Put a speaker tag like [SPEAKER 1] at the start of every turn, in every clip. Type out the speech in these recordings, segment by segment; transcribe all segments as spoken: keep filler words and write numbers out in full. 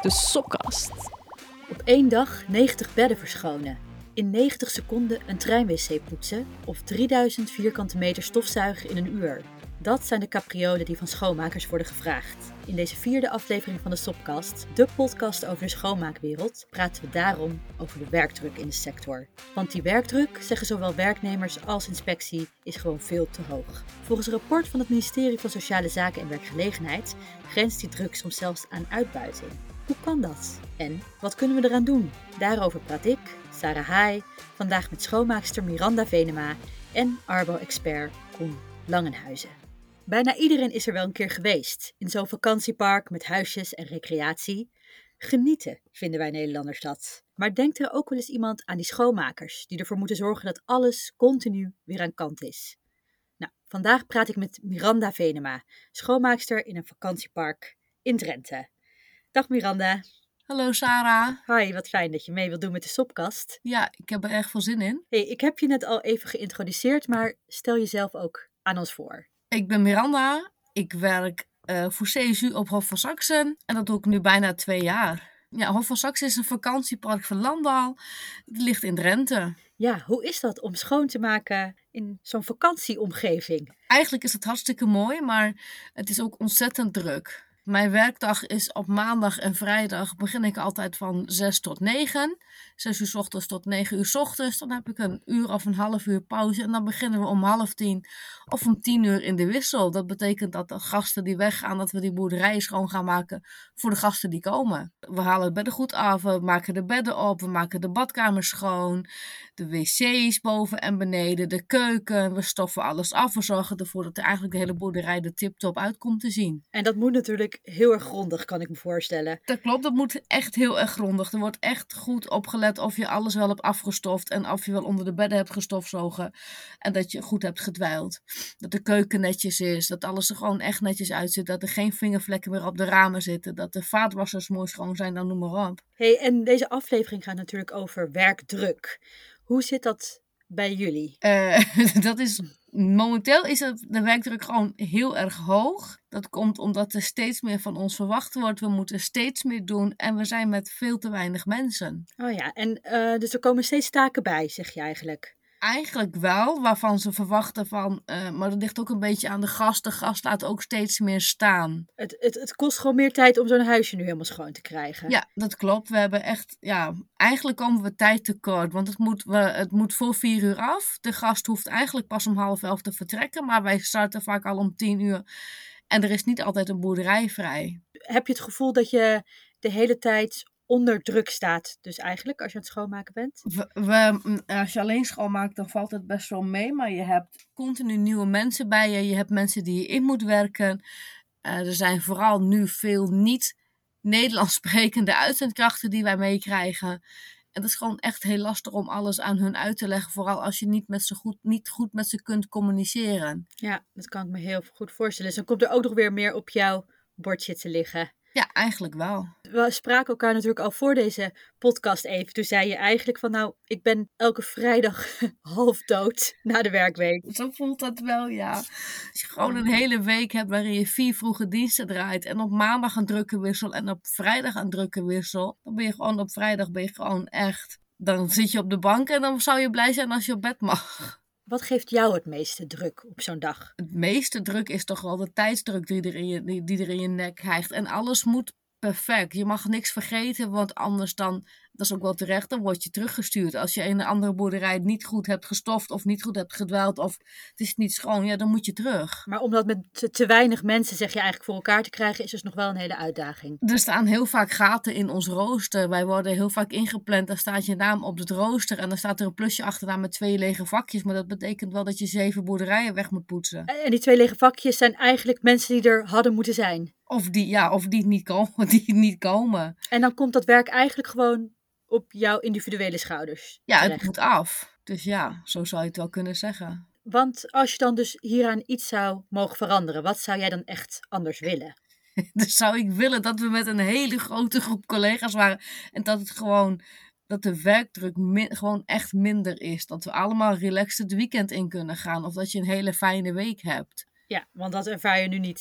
[SPEAKER 1] de Sopkast.
[SPEAKER 2] Op één dag negentig bedden verschonen, in negentig seconden een treinwc poetsen of drieduizend vierkante meter stofzuigen in een uur. Dat zijn de capriolen die van schoonmakers worden gevraagd. In deze vierde aflevering van de Sopkast, de podcast over de schoonmaakwereld, praten we daarom over de werkdruk in de sector. Want die werkdruk, zeggen zowel werknemers als inspectie, is gewoon veel te hoog. Volgens een rapport van het ministerie van Sociale Zaken en Werkgelegenheid grenst die druk soms zelfs aan uitbuiting. Hoe kan dat? En wat kunnen we eraan doen? Daarover praat ik, Sarah Haai, vandaag met schoonmaakster Miranda Venema en Arbo-expert Koen Langenhuizen. Bijna iedereen is er wel een keer geweest, in zo'n vakantiepark met huisjes en recreatie. Genieten vinden wij Nederlanders dat. Maar denkt er ook wel eens iemand aan die schoonmakers, die ervoor moeten zorgen dat alles continu weer aan kant is? Nou, vandaag praat ik met Miranda Venema, schoonmaakster in een vakantiepark in Drenthe. Dag Miranda.
[SPEAKER 3] Hallo Sarah.
[SPEAKER 2] Hi, wat fijn dat je mee wilt doen met de Sopkast.
[SPEAKER 3] Ja, ik heb er erg veel zin in.
[SPEAKER 2] Hey, ik heb je net al even geïntroduceerd, maar stel jezelf ook aan ons voor.
[SPEAKER 3] Ik ben Miranda. Ik werk uh, voor C S U op Hof van Saxe en dat doe ik nu bijna twee jaar. Ja, Hof van Saxe is een vakantiepark van Landal. Het ligt in Drenthe.
[SPEAKER 2] Ja, hoe is dat om schoon te maken in zo'n vakantieomgeving?
[SPEAKER 3] Eigenlijk is het hartstikke mooi, maar het is ook ontzettend druk. Mijn werkdag is op maandag en vrijdag begin ik altijd van zes tot negen. zes uur 's ochtends tot negen uur 's ochtends. Dan heb ik een uur of een half uur pauze. En dan beginnen we om half tien of om tien uur in de wissel. Dat betekent dat de gasten die weggaan, dat we die boerderijen schoon gaan maken voor de gasten die komen. We halen het beddengoed af, we maken de bedden op, we maken de badkamers schoon. De wc's boven en beneden, de keuken. We stoffen alles af. We zorgen ervoor dat er eigenlijk de hele boerderij er tip-top uit komt te zien.
[SPEAKER 2] En dat moet natuurlijk heel erg grondig, kan ik me voorstellen.
[SPEAKER 3] Dat klopt, dat moet echt heel erg grondig. Er wordt echt goed opgelet of je alles wel hebt afgestoft en of je wel onder de bedden hebt gestofzogen en dat je goed hebt gedwijld. Dat de keuken netjes is, dat alles er gewoon echt netjes uitziet, dat er geen vingervlekken meer op de ramen zitten, dat de vaatwassers mooi schoon zijn, dan noem maar op.
[SPEAKER 2] Hey, en deze aflevering gaat natuurlijk over werkdruk. Hoe zit dat bij jullie?
[SPEAKER 3] Uh, dat is, momenteel is het, de werkdruk gewoon heel erg hoog. Dat komt omdat er steeds meer van ons verwacht wordt. We moeten steeds meer doen en we zijn met veel te weinig mensen.
[SPEAKER 2] Oh ja, en uh, dus er komen steeds taken bij, zeg je eigenlijk?
[SPEAKER 3] Eigenlijk wel, waarvan ze verwachten van, uh, maar dat ligt ook een beetje aan de gast. De gast laat ook steeds meer staan.
[SPEAKER 2] Het, het, het kost gewoon meer tijd om zo'n huisje nu helemaal schoon te krijgen.
[SPEAKER 3] Ja, dat klopt. We hebben echt, ja, eigenlijk komen we tijd tekort. Want het moet, we, het moet voor vier uur af. De gast hoeft eigenlijk pas om half elf te vertrekken. Maar wij starten vaak al om tien uur. En er is niet altijd een boerderij vrij.
[SPEAKER 2] Heb je het gevoel dat je de hele tijd onder druk staat, dus eigenlijk, als je aan het schoonmaken bent?
[SPEAKER 3] We, we, als je alleen schoonmaakt, dan valt het best wel mee. Maar je hebt continu nieuwe mensen bij je. Je hebt mensen die je in moet werken. Uh, er zijn vooral nu veel niet-Nederlands sprekende uitzendkrachten die wij meekrijgen. En dat is gewoon echt heel lastig om alles aan hun uit te leggen. Vooral als je niet, met ze goed, niet goed met ze kunt communiceren.
[SPEAKER 2] Ja, dat kan ik me heel goed voorstellen. Dus dan komt er ook nog weer meer op jouw bordje te liggen.
[SPEAKER 3] Ja, eigenlijk wel.
[SPEAKER 2] We spraken elkaar natuurlijk al voor deze podcast even. Toen zei je eigenlijk van nou, ik ben elke vrijdag half dood na de werkweek.
[SPEAKER 3] Zo voelt dat wel, ja. Als je gewoon een hele week hebt waarin je vier vroege diensten draait. En op maandag een drukke wissel en op vrijdag een drukke wissel. Dan ben je gewoon op vrijdag ben je gewoon echt. Dan zit je op de bank en dan zou je blij zijn als je op bed mag.
[SPEAKER 2] Wat geeft jou het meeste druk op zo'n dag?
[SPEAKER 3] Het meeste druk is toch wel de tijdsdruk die er in je, die, die er in je nek hijgt. En alles moet perfect. Je mag niks vergeten, want anders dan, dat is ook wel terecht, dan word je teruggestuurd. Als je in een andere boerderij niet goed hebt gestoft of niet goed hebt gedweld of het is niet schoon, ja, dan moet je terug.
[SPEAKER 2] Maar om dat met te, te weinig mensen, zeg je eigenlijk, voor elkaar te krijgen, is dus nog wel een hele uitdaging.
[SPEAKER 3] Er staan heel vaak gaten in ons rooster. Wij worden heel vaak ingepland. Daar staat je naam op het rooster en dan staat er een plusje achteraan met twee lege vakjes. Maar dat betekent wel dat je zeven boerderijen weg moet poetsen.
[SPEAKER 2] En die twee lege vakjes zijn eigenlijk mensen die er hadden moeten zijn.
[SPEAKER 3] Of die, ja, of die niet komen, die niet komen.
[SPEAKER 2] En dan komt dat werk eigenlijk gewoon op jouw individuele schouders.
[SPEAKER 3] Ja,
[SPEAKER 2] terecht.
[SPEAKER 3] Het moet af. Dus ja, zo zou je het wel kunnen zeggen.
[SPEAKER 2] Want als je dan dus hieraan iets zou mogen veranderen, wat zou jij dan echt anders willen?
[SPEAKER 3] Dus zou ik willen dat we met een hele grote groep collega's waren. En dat het gewoon, dat de werkdruk min, gewoon echt minder is. Dat we allemaal relaxed het weekend in kunnen gaan. Of dat je een hele fijne week hebt.
[SPEAKER 2] Ja, want dat ervaar je nu niet zo.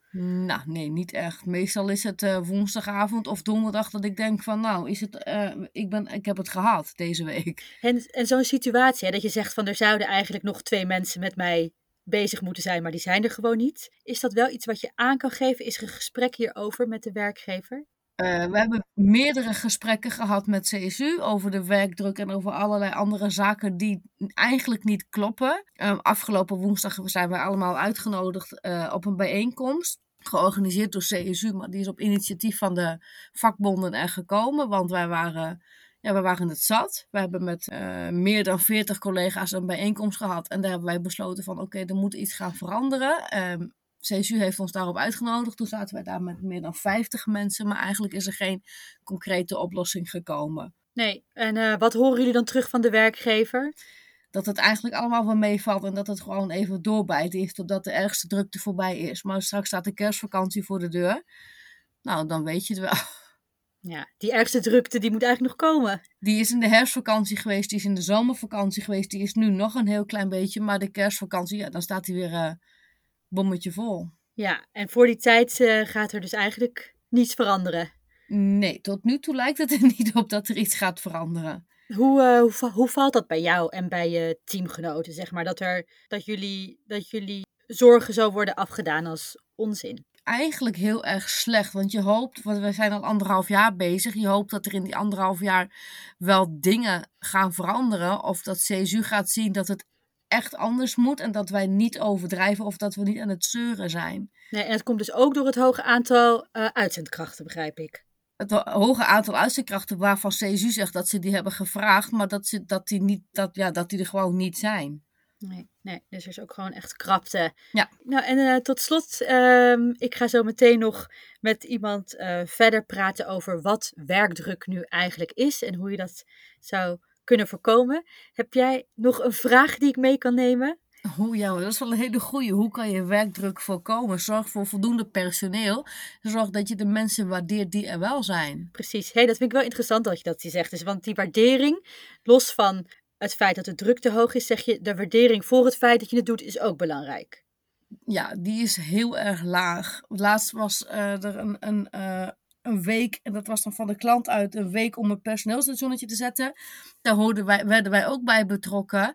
[SPEAKER 3] Nou, nee, niet echt. Meestal is het uh, woensdagavond of donderdag dat ik denk van, nou, is het, uh, ik, ben, ik heb het gehad deze week.
[SPEAKER 2] En, en zo'n situatie, hè, dat je zegt van er zouden eigenlijk nog twee mensen met mij bezig moeten zijn, maar die zijn er gewoon niet. Is dat wel iets wat je aan kan geven? Is er een gesprek hierover met de werkgever?
[SPEAKER 3] Uh, we hebben meerdere gesprekken gehad met C S U over de werkdruk en over allerlei andere zaken die eigenlijk niet kloppen. Uh, afgelopen woensdag zijn we allemaal uitgenodigd uh, op een bijeenkomst. Georganiseerd door C S U, maar die is op initiatief van de vakbonden er gekomen. Want wij waren, ja, wij waren het zat. We hebben met uh, meer dan veertig collega's een bijeenkomst gehad. En daar hebben wij besloten van oké, okay, er moet iets gaan veranderen. Um, C S U heeft ons daarop uitgenodigd. Toen zaten wij daar met meer dan vijftig mensen. Maar eigenlijk is er geen concrete oplossing gekomen.
[SPEAKER 2] Nee, en uh, wat horen jullie dan terug van de werkgever?
[SPEAKER 3] Dat het eigenlijk allemaal wel meevalt en dat het gewoon even doorbijten is totdat de ergste drukte voorbij is. Maar straks staat de kerstvakantie voor de deur. Nou, dan weet je het wel.
[SPEAKER 2] Ja, die ergste drukte die moet eigenlijk nog komen.
[SPEAKER 3] Die is in de herfstvakantie geweest, die is in de zomervakantie geweest. Die is nu nog een heel klein beetje, maar de kerstvakantie, ja, dan staat die weer uh, bommetje vol.
[SPEAKER 2] Ja, en voor die tijd uh, gaat er dus eigenlijk niets veranderen.
[SPEAKER 3] Nee, tot nu toe lijkt het er niet op dat er iets gaat veranderen.
[SPEAKER 2] Hoe, uh, hoe, hoe valt dat bij jou en bij je teamgenoten, zeg maar? Dat, er, dat, jullie, dat jullie zorgen zo worden afgedaan als onzin?
[SPEAKER 3] Eigenlijk heel erg slecht, want je hoopt, want we zijn al anderhalf jaar bezig, je hoopt dat er in die anderhalf jaar wel dingen gaan veranderen. Of dat C S U gaat zien dat het echt anders moet en dat wij niet overdrijven of dat we niet aan het zeuren zijn.
[SPEAKER 2] Nee, en het komt dus ook door het hoge aantal uh, uitzendkrachten, begrijp ik.
[SPEAKER 3] Het hoge aantal uitzendkrachten waarvan C S U zegt dat ze die hebben gevraagd, maar dat, ze, dat, die, niet, dat, ja, dat die er gewoon niet zijn.
[SPEAKER 2] Nee, nee, dus er is ook gewoon echt krapte.
[SPEAKER 3] Ja.
[SPEAKER 2] Nou, en uh, tot slot, uh, ik ga zo meteen nog met iemand uh, verder praten over wat werkdruk nu eigenlijk is en hoe je dat zou kunnen voorkomen. Heb jij nog een vraag die ik mee kan nemen?
[SPEAKER 3] Oh ja, dat is wel een hele goeie. Hoe kan je werkdruk voorkomen? Zorg voor voldoende personeel. Zorg dat je de mensen waardeert die er wel zijn.
[SPEAKER 2] Precies. Hey, dat vind ik wel interessant dat je dat zegt. Dus, want die waardering, los van het feit dat de druk te hoog is, zeg je, de waardering voor het feit dat je het doet, is ook belangrijk.
[SPEAKER 3] Ja, die is heel erg laag. Laatst was uh, er een, een, uh, een week, en dat was dan van de klant uit, een week om een personeelsstationnetje te zetten. Daar hoorden wij, werden wij ook bij betrokken.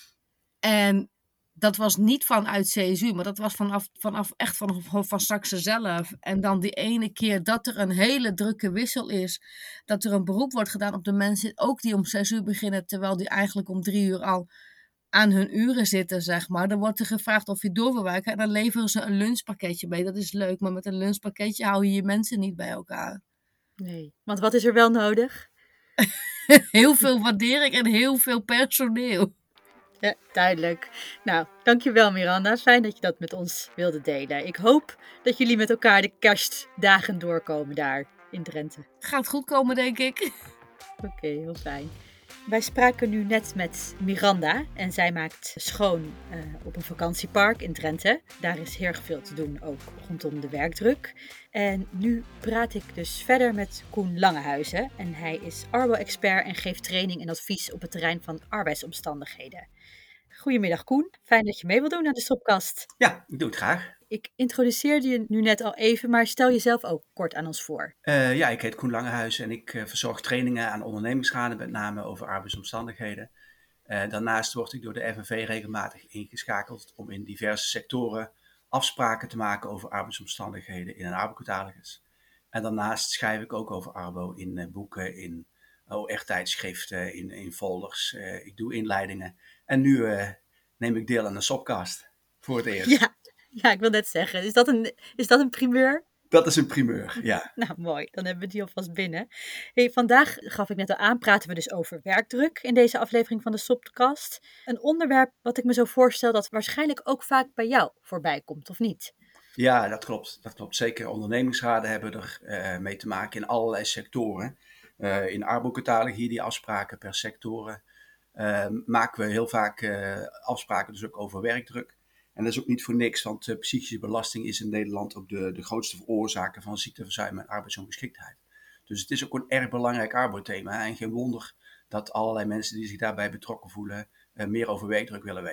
[SPEAKER 3] En dat was niet vanuit C S U, maar dat was vanaf, vanaf echt van, van Saxe zelf. En dan die ene keer dat er een hele drukke wissel is, dat er een beroep wordt gedaan op de mensen, ook die om zes uur beginnen, terwijl die eigenlijk om drie uur al aan hun uren zitten, zeg maar. Dan wordt er gevraagd of je door wil werken en dan leveren ze een lunchpakketje mee. Dat is leuk, maar met een lunchpakketje hou je je mensen niet bij elkaar.
[SPEAKER 2] Nee, want wat is er wel nodig?
[SPEAKER 3] Heel veel waardering en heel veel personeel.
[SPEAKER 2] Ja, duidelijk. Nou, dankjewel Miranda. Fijn dat je dat met ons wilde delen. Ik hoop dat jullie met elkaar de kerstdagen doorkomen daar in Drenthe.
[SPEAKER 3] Gaat goed komen, denk ik.
[SPEAKER 2] Oké, okay, heel fijn. Wij spraken nu net met Miranda en zij maakt schoon uh, op een vakantiepark in Drenthe. Daar is heel erg veel te doen, ook rondom de werkdruk. En nu praat ik dus verder met Koen Langehuizen. En hij is Arbo-expert en geeft training en advies op het terrein van arbeidsomstandigheden. Goedemiddag Koen, fijn dat je mee wilt doen aan de Stopkast.
[SPEAKER 1] Ja, ik doe het graag.
[SPEAKER 2] Ik introduceerde je nu net al even, maar stel jezelf ook kort aan ons voor.
[SPEAKER 1] Uh, ja, ik heet Koen Langehuizen en ik uh, verzorg trainingen aan ondernemingsraden, met name over arbeidsomstandigheden. Uh, daarnaast word ik door de F N V regelmatig ingeschakeld om in diverse sectoren afspraken te maken over arbeidsomstandigheden in een arbeidscatalogus. En daarnaast schrijf ik ook over Arbo in uh, boeken, in O R-tijdschriften, in, in folders. Uh, ik doe inleidingen en nu uh, neem ik deel aan de Stopkast voor het eerst.
[SPEAKER 2] Ja. Ja, ik wil net zeggen, is dat een, is dat een primeur?
[SPEAKER 1] Dat is een primeur, ja.
[SPEAKER 2] Nou, mooi. Dan hebben we die alvast binnen. Hey, vandaag, gaf ik net al aan, praten we dus over werkdruk in deze aflevering van de Stopkast. Een onderwerp wat ik me zo voorstel dat waarschijnlijk ook vaak bij jou voorbij komt, of niet?
[SPEAKER 1] Ja, dat klopt. Dat klopt. Zeker ondernemingsraden hebben er uh, mee te maken in allerlei sectoren. Uh, in Arbo-catalogus hier die afspraken per sectoren. Uh, maken we heel vaak uh, afspraken dus ook over werkdruk. En dat is ook niet voor niks, want uh, psychische belasting is in Nederland ook de, de grootste veroorzaker van ziekteverzuim en arbeidsongeschiktheid. Dus het is ook een erg belangrijk arbo-thema en geen wonder dat allerlei mensen die zich daarbij betrokken voelen uh, meer over werkdruk willen weten.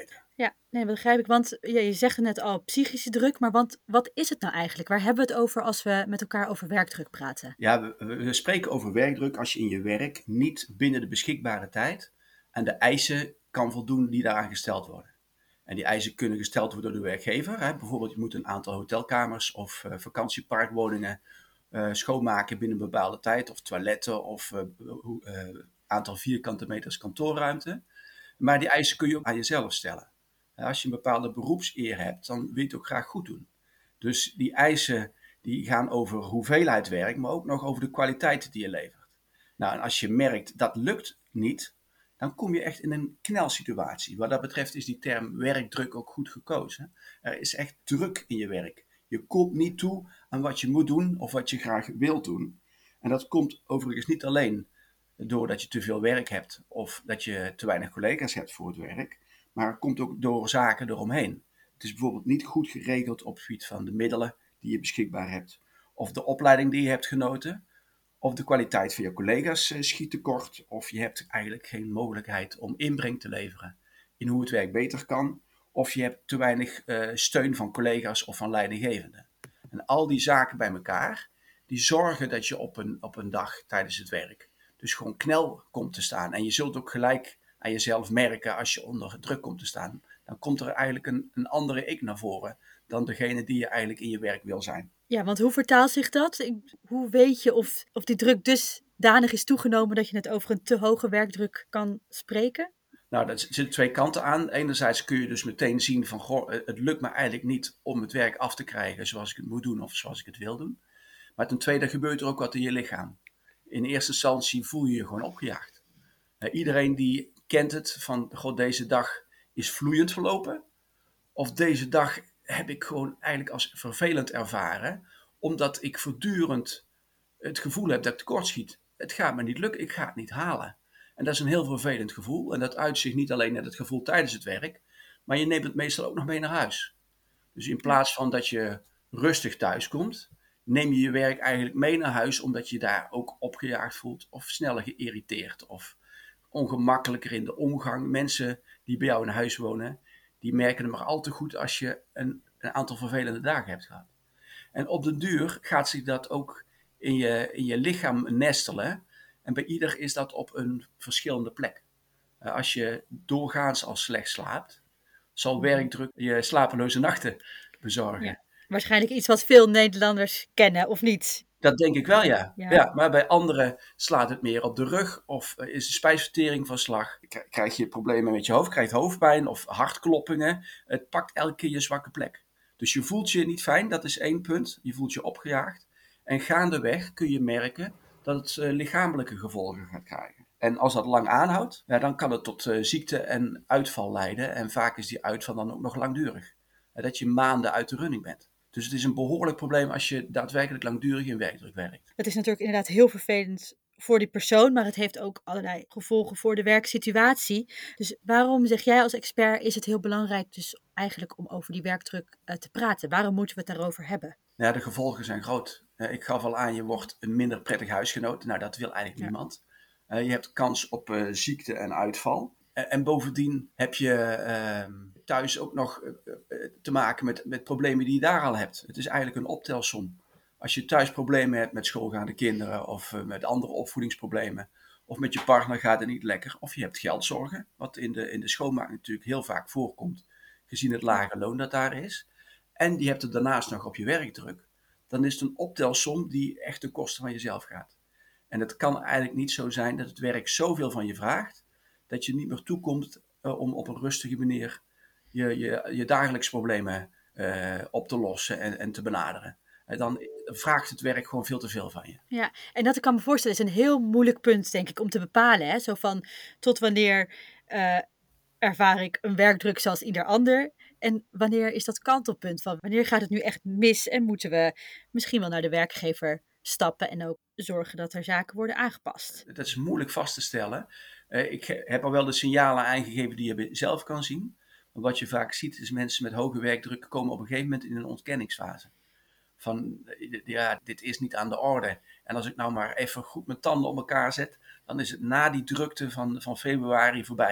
[SPEAKER 2] Ja, nee, dat begrijp ik. Want ja, je zegt het net al, psychische druk. Maar want, wat is het nou eigenlijk? Waar hebben we het over als we met elkaar over werkdruk praten?
[SPEAKER 1] Ja, we, we spreken over werkdruk als je in je werk niet binnen de beschikbare tijd aan de eisen kan voldoen die daaraan gesteld worden. En die eisen kunnen gesteld worden door de werkgever. Hè. Bijvoorbeeld, je moet een aantal hotelkamers of uh, vakantieparkwoningen uh, schoonmaken binnen een bepaalde tijd. Of toiletten of uh, uh, aantal vierkante meters kantoorruimte. Maar die eisen kun je ook aan jezelf stellen. Als je een bepaalde beroepseer hebt, dan wil je het ook graag goed doen. Dus die eisen die gaan over hoeveelheid werk, maar ook nog over de kwaliteit die je levert. Nou, en als je merkt dat lukt niet, dan kom je echt in een knelsituatie. Wat dat betreft is die term werkdruk ook goed gekozen. Er is echt druk in je werk. Je komt niet toe aan wat je moet doen of wat je graag wilt doen. En dat komt overigens niet alleen doordat je te veel werk hebt of dat je te weinig collega's hebt voor het werk, maar het komt ook door zaken eromheen. Het is bijvoorbeeld niet goed geregeld op het gebied van de middelen die je beschikbaar hebt, of de opleiding die je hebt genoten, of de kwaliteit van je collega's schiet tekort, of je hebt eigenlijk geen mogelijkheid om inbreng te leveren in hoe het werk beter kan, of je hebt te weinig uh, steun van collega's of van leidinggevenden. En al die zaken bij elkaar, die zorgen dat je op een, op een dag tijdens het werk dus gewoon knel komt te staan. En je zult ook gelijk aan jezelf merken als je onder druk komt te staan. Dan komt er eigenlijk een, een andere ik naar voren dan degene die je eigenlijk in je werk wil zijn.
[SPEAKER 2] Ja, want hoe vertaalt zich dat? Hoe weet je of, of die druk dusdanig is toegenomen dat je het over een te hoge werkdruk kan spreken?
[SPEAKER 1] Nou, er zitten twee kanten aan. Enerzijds kun je dus meteen zien van, goh, het lukt me eigenlijk niet om het werk af te krijgen zoals ik het moet doen of zoals ik het wil doen. Maar ten tweede gebeurt er ook wat in je lichaam. In eerste instantie voel je je gewoon opgejaagd. Uh, iedereen die kent het van, god, deze dag is vloeiend verlopen. Of deze dag heb ik gewoon eigenlijk als vervelend ervaren. Omdat ik voortdurend het gevoel heb dat ik tekortschiet. Het gaat me niet lukken, ik ga het niet halen. En dat is een heel vervelend gevoel. En dat uit zich niet alleen in het gevoel tijdens het werk. Maar je neemt het meestal ook nog mee naar huis. Dus in plaats van dat je rustig thuis komt, neem je je werk eigenlijk mee naar huis, omdat je daar ook opgejaagd voelt of sneller geïrriteerd of ongemakkelijker in de omgang. Mensen die bij jou in huis wonen, die merken het maar al te goed als je een, een aantal vervelende dagen hebt gehad. En op de duur gaat zich dat ook in je, in je lichaam nestelen. En bij ieder is dat op een verschillende plek. Uh, als je doorgaans al slecht slaapt, zal werkdruk je slapeloze nachten bezorgen.
[SPEAKER 2] Ja. Waarschijnlijk iets wat veel Nederlanders kennen, of niet?
[SPEAKER 1] Dat denk ik wel, ja.
[SPEAKER 2] Ja.
[SPEAKER 1] ja. Maar bij anderen slaat het meer op de rug of is de spijsvertering van slag. Krijg je problemen met je hoofd, krijg je hoofdpijn of hartkloppingen. Het pakt elke keer je zwakke plek. Dus je voelt je niet fijn, dat is één punt. Je voelt je opgejaagd. En gaandeweg kun je merken dat het uh, lichamelijke gevolgen gaat krijgen. En als dat lang aanhoudt, ja, dan kan het tot uh, ziekte en uitval leiden. En vaak is die uitval dan ook nog langdurig. Uh, dat je maanden uit de running bent. Dus het is een behoorlijk probleem als je daadwerkelijk langdurig in werkdruk werkt.
[SPEAKER 2] Het is natuurlijk inderdaad heel vervelend voor die persoon, maar het heeft ook allerlei gevolgen voor de werksituatie. Dus waarom, zeg jij als expert, is het heel belangrijk dus eigenlijk om over die werkdruk uh, te praten? Waarom moeten we het daarover hebben?
[SPEAKER 1] Ja, de gevolgen zijn groot. Uh, ik gaf al aan, je wordt een minder prettig huisgenoot. Nou, dat wil eigenlijk ja. niemand. Uh, je hebt kans op uh, ziekte en uitval. Uh, en bovendien heb je uh, thuis ook nog uh, uh, te maken met, met problemen die je daar al hebt. Het is eigenlijk een optelsom. Als je thuis problemen hebt met schoolgaande kinderen of uh, met andere opvoedingsproblemen, of met je partner gaat het niet lekker, of je hebt geldzorgen, wat in de, in de schoonmaak natuurlijk heel vaak voorkomt, gezien het lage loon dat daar is. En je hebt het daarnaast nog op je werkdruk. Dan is het een optelsom die echt ten koste van jezelf gaat. En het kan eigenlijk niet zo zijn dat het werk zoveel van je vraagt, dat je niet meer toekomt uh, om op een rustige manier je, je, je dagelijkse problemen uh, op te lossen en, en te benaderen. Uh, dan vraagt het werk gewoon veel te veel van je.
[SPEAKER 2] Ja, en dat ik kan me voorstellen is een heel moeilijk punt, denk ik, om te bepalen. Hè? Zo van, tot wanneer uh, ervaar ik een werkdruk zoals ieder ander? En wanneer is dat kantelpunt van, wanneer gaat het nu echt mis en moeten we misschien wel naar de werkgever stappen en ook zorgen dat er zaken worden aangepast?
[SPEAKER 1] Dat is moeilijk vast te stellen. Uh, ik heb al wel de signalen aangegeven die je zelf kan zien. Maar wat je vaak ziet is mensen met hoge werkdruk komen op een gegeven moment in een ontkenningsfase. Van, ja, dit is niet aan de orde. En als ik nou maar even goed mijn tanden op elkaar zet, dan is het na die drukte van, van februari voorbij.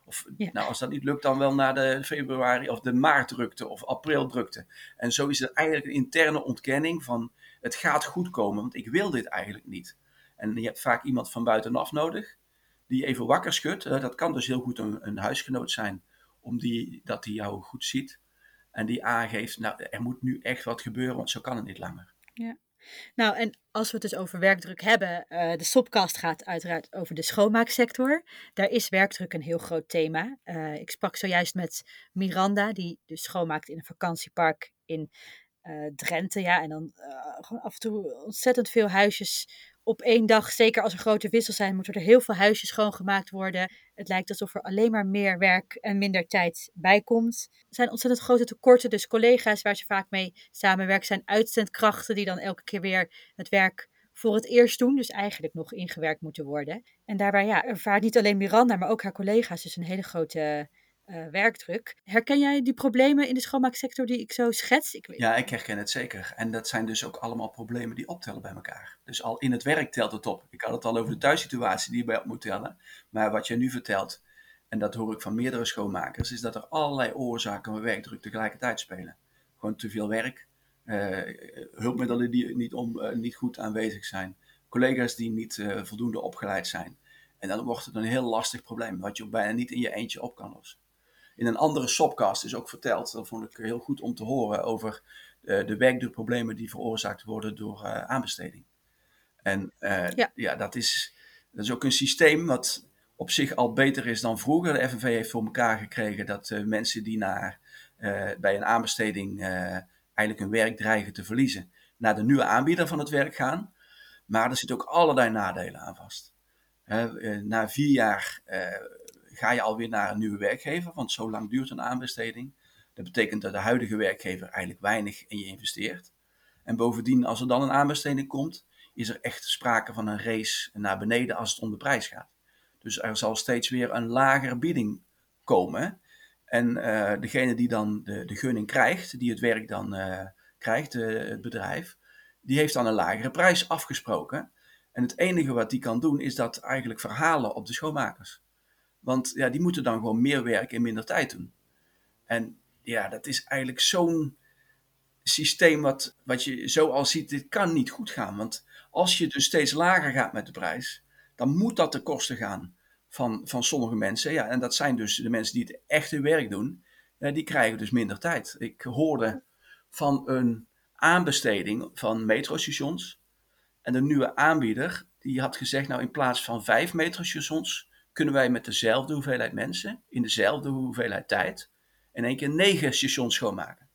[SPEAKER 1] Of
[SPEAKER 2] Ja.
[SPEAKER 1] nou, als dat niet lukt, dan wel naar de februari of de maartdrukte of aprildrukte. En zo is het eigenlijk een interne ontkenning van het gaat goed komen, want ik wil dit eigenlijk niet. En je hebt vaak iemand van buitenaf nodig die even wakker schudt. Dat kan dus heel goed een, een huisgenoot zijn, om die, dat hij jou goed ziet. En die aangeeft, nou, er moet nu echt wat gebeuren, want zo kan het niet langer.
[SPEAKER 2] Ja. Nou, en als we het dus over werkdruk hebben, uh, de Sopcast gaat uiteraard over de schoonmaaksector. Daar is werkdruk een heel groot thema. Uh, ik sprak zojuist met Miranda, die dus schoonmaakt in een vakantiepark in uh, Drenthe. Ja, en dan uh, gewoon af en toe ontzettend veel huisjes op één dag. Zeker als er grote wissels zijn, moeten er heel veel huisjes schoongemaakt worden. Het lijkt alsof er alleen maar meer werk en minder tijd bij komt. Er zijn ontzettend grote tekorten, dus collega's waar ze vaak mee samenwerken zijn uitzendkrachten die dan elke keer weer het werk voor het eerst doen, dus eigenlijk nog ingewerkt moeten worden. En daarbij ja, ervaart niet alleen Miranda, maar ook haar collega's dus een hele grote uh, werkdruk. Herken jij die problemen in de schoonmaaksector die ik zo schets? Ik weet...
[SPEAKER 1] Ja, ik herken het zeker. En dat zijn dus ook allemaal problemen die optellen bij elkaar. Dus al in het werk telt het op. Ik had het al over de thuissituatie die erbij op moet tellen. Maar wat je nu vertelt, en dat hoor ik van meerdere schoonmakers, is dat er allerlei oorzaken van werkdruk tegelijkertijd spelen. Gewoon te veel werk, uh, hulpmiddelen die niet, om, uh, niet goed aanwezig zijn, collega's die niet uh, voldoende opgeleid zijn. En dan wordt het een heel lastig probleem, wat je ook bijna niet in je eentje op kan lossen. In een andere Sopcast is ook verteld, dat vond ik heel goed om te horen, over uh, de werkdrukproblemen die veroorzaakt worden door uh, aanbesteding. En uh, ja, ja dat, is, dat is ook een systeem wat op zich al beter is dan vroeger. De F N V heeft voor elkaar gekregen dat uh, mensen die naar, uh, bij een aanbesteding uh, eigenlijk hun werk dreigen te verliezen, naar de nieuwe aanbieder van het werk gaan. Maar er zitten ook allerlei nadelen aan vast. Uh, uh, na vier jaar uh, ga je alweer naar een nieuwe werkgever, want zo lang duurt een aanbesteding. Dat betekent dat de huidige werkgever eigenlijk weinig in je investeert. En bovendien, als er dan een aanbesteding komt, is er echt sprake van een race naar beneden als het om de prijs gaat. Dus er zal steeds weer een lagere bieding komen. En uh, degene die dan de, de gunning krijgt, die het werk dan uh, krijgt, uh, het bedrijf, die heeft dan een lagere prijs afgesproken. En het enige wat die kan doen, is dat eigenlijk verhalen op de schoonmakers. Want ja, die moeten dan gewoon meer werk in minder tijd doen. En ja, dat is eigenlijk zo'n systeem wat, wat je zo al ziet, dit kan niet goed gaan. Want als je dus steeds lager gaat met de prijs, dan moet dat ten koste gaan van, van sommige mensen. Ja, en dat zijn dus de mensen die het echte werk doen. Ja, die krijgen dus minder tijd. Ik hoorde van een aanbesteding van metrostations. En de nieuwe aanbieder, die had gezegd, nou in plaats van vijf metrostations kunnen wij met dezelfde hoeveelheid mensen, in dezelfde hoeveelheid tijd, in één keer negen stations schoonmaken.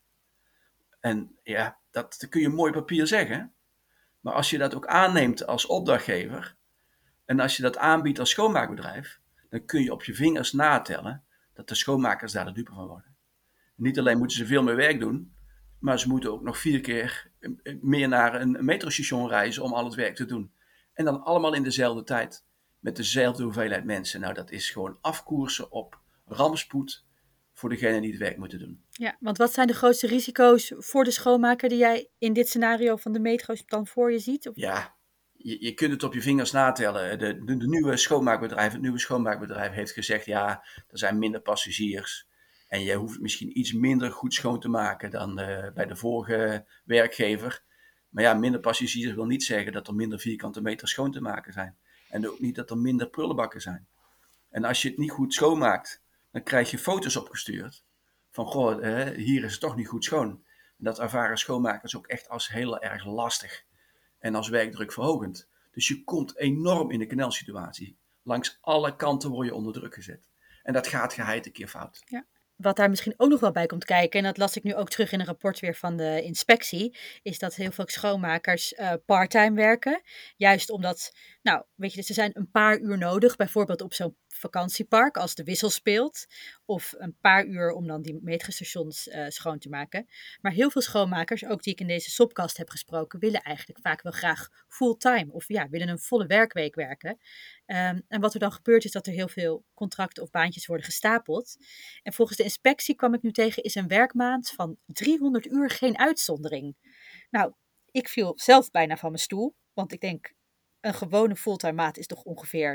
[SPEAKER 1] En ja, dat kun je mooi papier zeggen. Maar als je dat ook aanneemt als opdrachtgever, en als je dat aanbiedt als schoonmaakbedrijf, dan kun je op je vingers natellen dat de schoonmakers daar de dupe van worden. Niet alleen moeten ze veel meer werk doen, maar ze moeten ook nog vier keer meer naar een metrostation reizen om al het werk te doen. En dan allemaal in dezelfde tijd, met dezelfde hoeveelheid mensen. Nou, dat is gewoon afkoersen op rampspoed voor degene die het werk moeten doen.
[SPEAKER 2] Ja, want wat zijn de grootste risico's voor de schoonmaker die jij in dit scenario van de metro's dan voor je ziet? Of?
[SPEAKER 1] Ja, je, je kunt het op je vingers natellen. De, de, de nieuwe schoonmaakbedrijf, het nieuwe schoonmaakbedrijf heeft gezegd, ja, er zijn minder passagiers. En je hoeft misschien iets minder goed schoon te maken dan uh, bij de vorige werkgever. Maar ja, minder passagiers wil niet zeggen dat er minder vierkante meter schoon te maken zijn. En ook niet dat er minder prullenbakken zijn. En als je het niet goed schoonmaakt, dan krijg je foto's opgestuurd. Van, goh, uh, hier is het toch niet goed schoon. En dat ervaren schoonmakers ook echt als heel erg lastig. En als werkdrukverhogend. Dus je komt enorm in de knelsituatie. Langs alle kanten word je onder druk gezet. En dat gaat geheid een keer fout.
[SPEAKER 2] Ja. Wat daar misschien ook nog wel bij komt kijken, en dat las ik nu ook terug in een rapport weer van de inspectie, is dat heel veel schoonmakers uh, parttime werken. Juist omdat, nou, weet je, dus er zijn een paar uur nodig, bijvoorbeeld op zo'n vakantiepark als de wissel speelt. Of een paar uur om dan die metrostations uh, schoon te maken. Maar heel veel schoonmakers, ook die ik in deze Sopcast heb gesproken, willen eigenlijk vaak wel graag fulltime. Of ja, willen een volle werkweek werken. Um, en wat er dan gebeurt is dat er heel veel contracten of baantjes worden gestapeld. En volgens de inspectie kwam ik nu tegen is een werkmaand van driehonderd uur geen uitzondering. Nou, ik viel zelf bijna van mijn stoel. Want ik denk, een gewone fulltime maand is toch ongeveer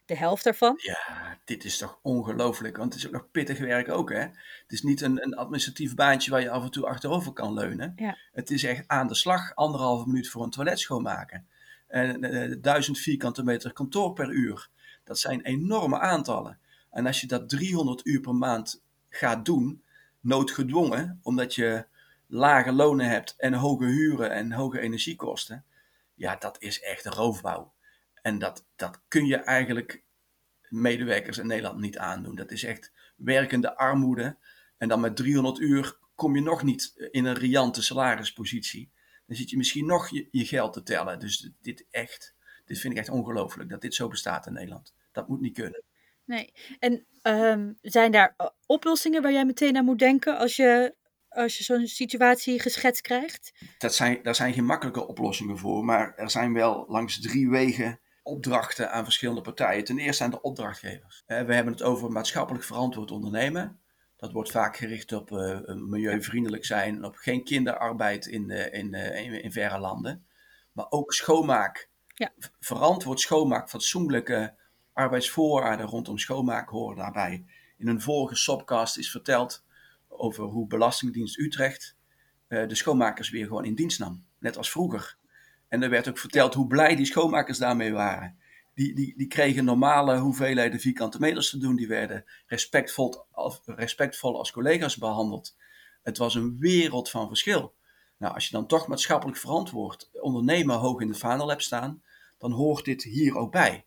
[SPEAKER 2] de helft daarvan.
[SPEAKER 1] Ja, dit is toch ongelooflijk, want het is ook nog pittig werk ook, hè? Het is niet een, een administratief baantje waar je af en toe achterover kan leunen.
[SPEAKER 2] Ja.
[SPEAKER 1] Het is echt aan de slag, anderhalve minuut voor een toilet schoonmaken. En eh, duizend vierkante meter kantoor per uur. Dat zijn enorme aantallen. En als je dat driehonderd uur per maand gaat doen, noodgedwongen, omdat je lage lonen hebt en hoge huren en hoge energiekosten, ja, dat is echt roofbouw. En dat, dat kun je eigenlijk medewerkers in Nederland niet aandoen. Dat is echt werkende armoede. En dan met driehonderd uur kom je nog niet in een riante salarispositie. Dan zit je misschien nog je, je geld te tellen. Dus dit echt, dit vind ik echt ongelooflijk dat dit zo bestaat in Nederland. Dat moet niet kunnen.
[SPEAKER 2] Nee. En um, zijn daar uh, oplossingen waar jij meteen aan moet denken als je, als je zo'n situatie geschetst krijgt?
[SPEAKER 1] Dat zijn, daar zijn geen makkelijke oplossingen voor, maar er zijn wel langs drie wegen opdrachten aan verschillende partijen. Ten eerste aan de opdrachtgevers. Uh, we hebben het over maatschappelijk verantwoord ondernemen. Dat wordt vaak gericht op uh, milieuvriendelijk zijn, op geen kinderarbeid in, uh, in, uh, in, in verre landen. Maar ook schoonmaak.
[SPEAKER 2] Ja.
[SPEAKER 1] Verantwoord schoonmaak, fatsoenlijke arbeidsvoorwaarden rondom schoonmaak horen daarbij. In een vorige Sopcast is verteld over hoe Belastingdienst Utrecht uh, de schoonmakers weer gewoon in dienst nam. Net als vroeger. En er werd ook verteld hoe blij die schoonmakers daarmee waren. Die, die, die kregen normale hoeveelheden vierkante meters te doen. Die werden respectvol, respectvol als collega's behandeld. Het was een wereld van verschil. Nou, als je dan toch maatschappelijk verantwoord ondernemen hoog in de vaandel hebt staan, dan hoort dit hier ook bij.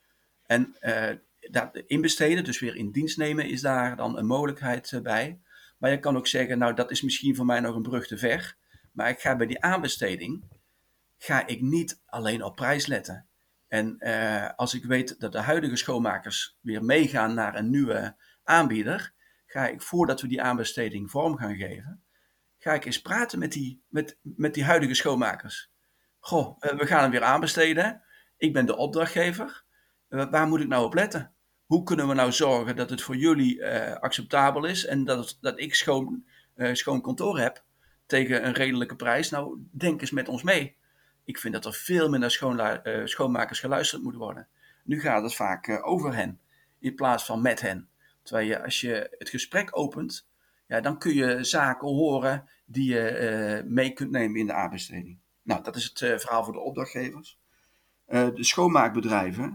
[SPEAKER 1] En uh, dat inbesteden, dus weer in dienst nemen, is daar dan een mogelijkheid uh, bij. Maar je kan ook zeggen, nou dat is misschien voor mij nog een brug te ver. Maar ik ga bij die aanbesteding, ga ik niet alleen op prijs letten. En uh, als ik weet dat de huidige schoonmakers weer meegaan naar een nieuwe aanbieder, ga ik voordat we die aanbesteding vorm gaan geven, ga ik eens praten met die, met, met die huidige schoonmakers. Goh, uh, we gaan hem weer aanbesteden. Ik ben de opdrachtgever. Uh, waar moet ik nou op letten? Hoe kunnen we nou zorgen dat het voor jullie uh, acceptabel is en dat, het, dat ik schoon, uh, schoon kantoor heb tegen een redelijke prijs? Nou, denk eens met ons mee. Ik vind dat er veel meer naar schoonla- uh, schoonmakers geluisterd moet worden. Nu gaat het vaak uh, over hen, in plaats van met hen. Terwijl je, als je het gesprek opent, ja, dan kun je zaken horen die je uh, mee kunt nemen in de aanbesteding. Nou, dat is het uh, verhaal voor de opdrachtgevers. Uh, de schoonmaakbedrijven,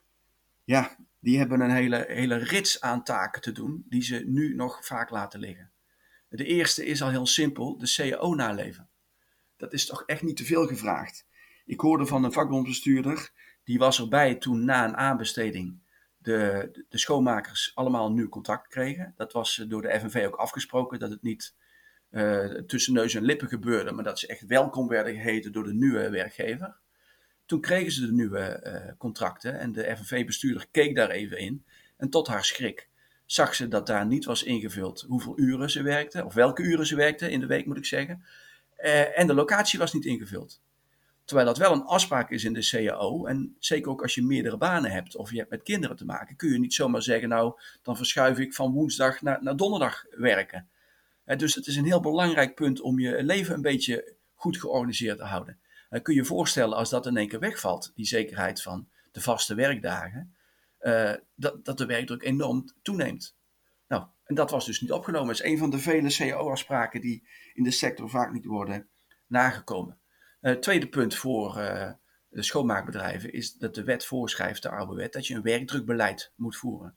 [SPEAKER 1] ja, die hebben een hele, hele rits aan taken te doen, die ze nu nog vaak laten liggen. De eerste is al heel simpel, de C A O naleven. Dat is toch echt niet te veel gevraagd. Ik hoorde van een vakbondsbestuurder, die was erbij toen na een aanbesteding de, de schoonmakers allemaal een nieuw contract kregen. Dat was door de F N V ook afgesproken, dat het niet uh, tussen neus en lippen gebeurde, maar dat ze echt welkom werden geheten door de nieuwe werkgever. Toen kregen ze de nieuwe uh, contracten en de F N V-bestuurder keek daar even in. En tot haar schrik zag ze dat daar niet was ingevuld hoeveel uren ze werkten, of welke uren ze werkten in de week moet ik zeggen. Uh, en de locatie was niet ingevuld. Terwijl dat wel een afspraak is in de C A O. En zeker ook als je meerdere banen hebt of je hebt met kinderen te maken, kun je niet zomaar zeggen, nou, dan verschuif ik van woensdag naar, naar donderdag werken. Uh, dus het is een heel belangrijk punt om je leven een beetje goed georganiseerd te houden. Uh, kun je je voorstellen als dat in één keer wegvalt, die zekerheid van de vaste werkdagen, uh, dat, dat de werkdruk enorm toeneemt. Nou, en dat was dus niet opgenomen. Het is een van de vele C A O-afspraken die in de sector vaak niet worden nagekomen. Het uh, tweede punt voor uh, de schoonmaakbedrijven is dat de wet voorschrijft, de oude wet, dat je een werkdrukbeleid moet voeren.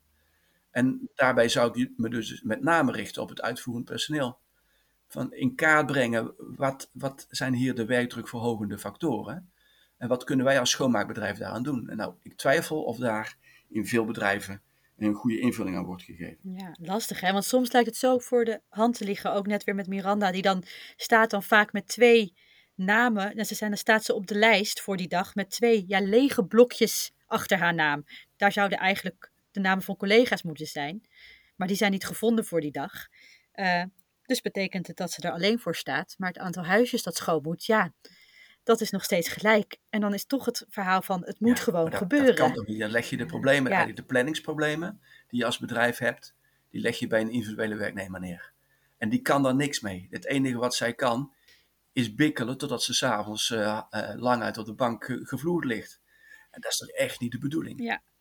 [SPEAKER 1] En daarbij zou ik me dus met name richten op het uitvoerend personeel. Van in kaart brengen, wat, wat zijn hier de werkdrukverhogende factoren? En wat kunnen wij als schoonmaakbedrijf daaraan doen? En nou, ik twijfel of daar in veel bedrijven een goede invulling aan wordt gegeven.
[SPEAKER 2] Ja, lastig hè, want soms lijkt het zo voor de hand te liggen, ook net weer met Miranda, die dan staat dan vaak met twee namen, en ze zijn, dan staat ze op de lijst voor die dag met twee ja, lege blokjes achter haar naam. Daar zouden eigenlijk de namen van collega's moeten zijn, maar die zijn niet gevonden voor die dag. Uh, dus betekent het dat ze er alleen voor staat, maar het aantal huisjes dat schoon moet, ja, dat is nog steeds gelijk. En dan is toch het verhaal van het moet ja, gewoon
[SPEAKER 1] dat,
[SPEAKER 2] gebeuren.
[SPEAKER 1] Dat kan toch niet. Dan leg je de problemen,
[SPEAKER 2] ja.
[SPEAKER 1] eigenlijk de planningsproblemen die je als bedrijf hebt, die leg je bij een individuele werknemer neer. En die kan daar niks mee. Het enige wat zij kan, is bikkelen totdat ze 's avonds uh, uh, lang uit op de bank ge- gevloerd ligt. En dat is toch echt niet de bedoeling.
[SPEAKER 2] Ja.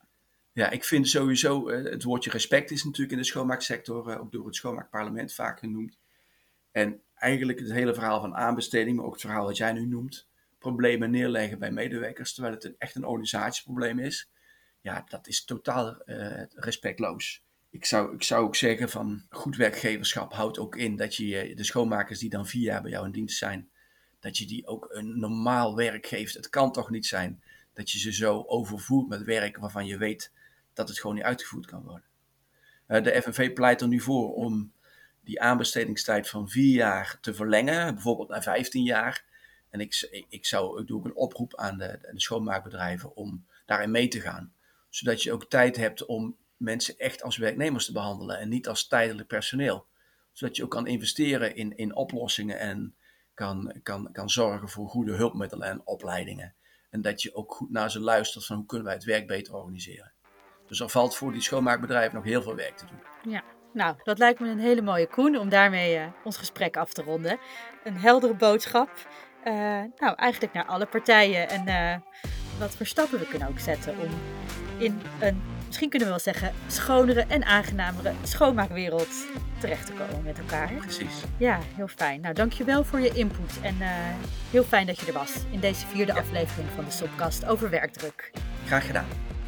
[SPEAKER 1] Ja, ik vind sowieso, uh, het woordje respect is natuurlijk in de schoonmaaksector uh, ook door het schoonmaakparlement vaak genoemd. En eigenlijk het hele verhaal van aanbesteding, maar ook het verhaal wat jij nu noemt, problemen neerleggen bij medewerkers, terwijl het een, echt een organisatieprobleem is. Ja, dat is totaal uh, respectloos. Ik zou, ik zou ook zeggen van goed werkgeverschap houdt ook in dat je de schoonmakers die dan vier jaar bij jou in dienst zijn, dat je die ook een normaal werk geeft. Het kan toch niet zijn dat je ze zo overvoert met werk waarvan je weet dat het gewoon niet uitgevoerd kan worden. Uh, de F N V pleit er nu voor om die aanbestedingstijd van vier jaar te verlengen, bijvoorbeeld naar vijftien jaar. En ik, ik, zou, ik doe ook een oproep aan de, de schoonmaakbedrijven om daarin mee te gaan. Zodat je ook tijd hebt om mensen echt als werknemers te behandelen en niet als tijdelijk personeel. Zodat je ook kan investeren in, in oplossingen en kan, kan, kan zorgen voor goede hulpmiddelen en opleidingen. En dat je ook goed naar ze luistert van hoe kunnen wij het werk beter organiseren. Dus er valt voor die schoonmaakbedrijven nog heel veel werk te doen.
[SPEAKER 2] Ja, nou, dat lijkt me een hele mooie, Koen, om daarmee uh, ons gesprek af te ronden. Een heldere boodschap. Uh, nou, eigenlijk naar alle partijen. En uh, wat voor stappen we kunnen ook zetten om in een, misschien kunnen we wel zeggen, schonere en aangenamere schoonmaakwereld terecht te komen met elkaar.
[SPEAKER 1] Precies.
[SPEAKER 2] Ja, heel fijn. Nou, dankjewel voor je input. En uh, heel fijn dat je er was in deze vierde ja. aflevering van de Sopcast over werkdruk.
[SPEAKER 1] Graag gedaan.